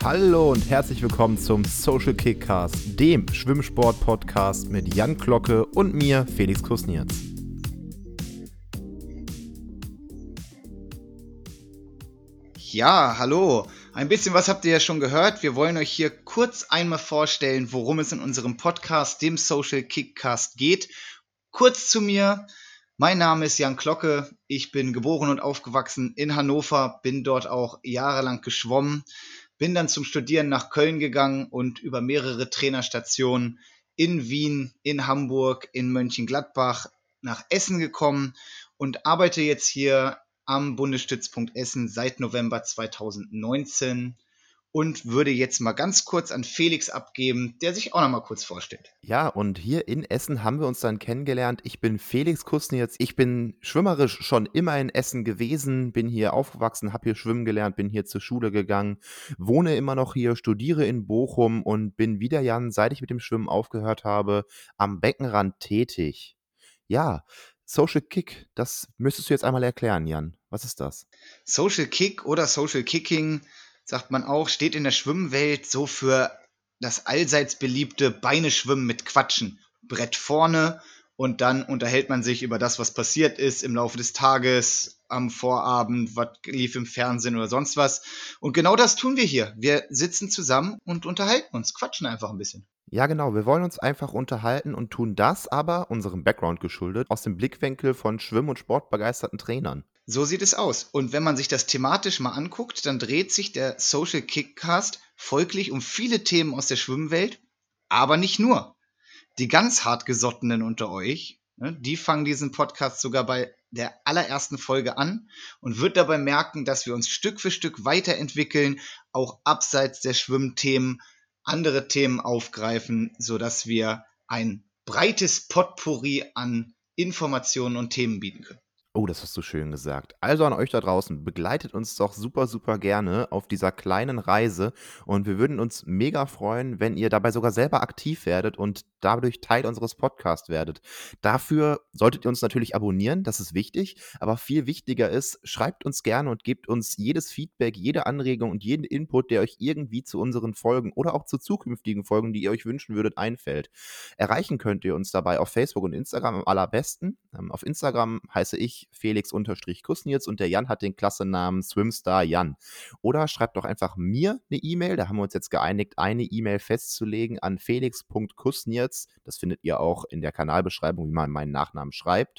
Hallo und herzlich willkommen zum Social Kickcast, dem Schwimmsport-Podcast mit Jan Glocke und mir, Felix Kusnierz. Ja, hallo. Ein bisschen was habt ihr ja schon gehört. Wir wollen euch hier kurz einmal vorstellen, worum es in unserem Podcast, dem Social Kickcast, geht. Kurz zu mir. Mein Name ist Jan Glocke. Ich bin geboren und aufgewachsen in Hannover, bin dort auch jahrelang geschwommen, bin dann zum Studieren nach Köln gegangen und über mehrere Trainerstationen in Wien, in Hamburg, in Mönchengladbach nach Essen gekommen und arbeite jetzt hier am Bundesstützpunkt Essen seit November 2019 und würde jetzt mal ganz kurz an Felix abgeben, der sich auch noch mal kurz vorstellt. Ja, und hier in Essen haben wir uns dann kennengelernt. Ich bin Felix Kusnierz. Ich bin schwimmerisch schon immer in Essen gewesen, bin hier aufgewachsen, habe hier schwimmen gelernt, bin hier zur Schule gegangen, wohne immer noch hier, studiere in Bochum und bin wieder, Jan, seit ich mit dem Schwimmen aufgehört habe, am Beckenrand tätig. Ja, Social Kick, das müsstest du jetzt einmal erklären, Jan. Was ist das? Social Kick oder Social Kicking, sagt man auch, steht in der Schwimmwelt so für das allseits beliebte Beineschwimmen mit Quatschen. Brett vorne und dann unterhält man sich über das, was passiert ist im Laufe des Tages, am Vorabend, was lief im Fernsehen oder sonst was. Und genau das tun wir hier. Wir sitzen zusammen und unterhalten uns, quatschen einfach ein bisschen. Ja, genau. Wir wollen uns einfach unterhalten und tun das aber unserem Background geschuldet aus dem Blickwinkel von schwimm- und sportbegeisterten Trainern. So sieht es aus. Und wenn man sich das thematisch mal anguckt, dann dreht sich der Social Kickcast folglich um viele Themen aus der Schwimmwelt, aber nicht nur. Die ganz hartgesottenen unter euch, ne, die fangen diesen Podcast sogar bei der allerersten Folge an und wird dabei merken, dass wir uns Stück für Stück weiterentwickeln, auch abseits der Schwimmthemen andere Themen aufgreifen, sodass wir ein breites Potpourri an Informationen und Themen bieten können. Oh, das hast du schön gesagt. Also an euch da draußen, begleitet uns doch super, super gerne auf dieser kleinen Reise und wir würden uns mega freuen, wenn ihr dabei sogar selber aktiv werdet und dadurch Teil unseres Podcasts werdet. Dafür solltet ihr uns natürlich abonnieren, das ist wichtig, aber viel wichtiger ist, schreibt uns gerne und gebt uns jedes Feedback, jede Anregung und jeden Input, der euch irgendwie zu unseren Folgen oder auch zu zukünftigen Folgen, die ihr euch wünschen würdet, einfällt. Erreichen könnt ihr uns dabei auf Facebook und Instagram am allerbesten. Auf Instagram heiße ich Felix-Kusnierz und der Jan hat den Klassennamen Swimstar Jan. Oder schreibt doch einfach mir eine E-Mail, da haben wir uns jetzt geeinigt, eine E-Mail festzulegen an felix.kusnierz, das findet ihr auch in der Kanalbeschreibung, wie man meinen Nachnamen schreibt,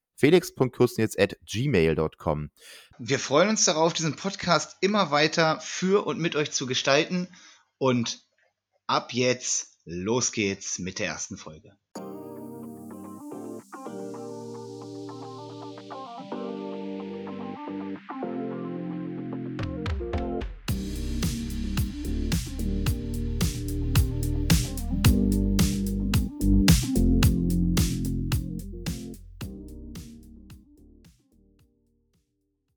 felix.kusnierz@gmail.com. Wir freuen uns darauf, diesen Podcast immer weiter für und mit euch zu gestalten. Und ab jetzt, los geht's mit der ersten Folge.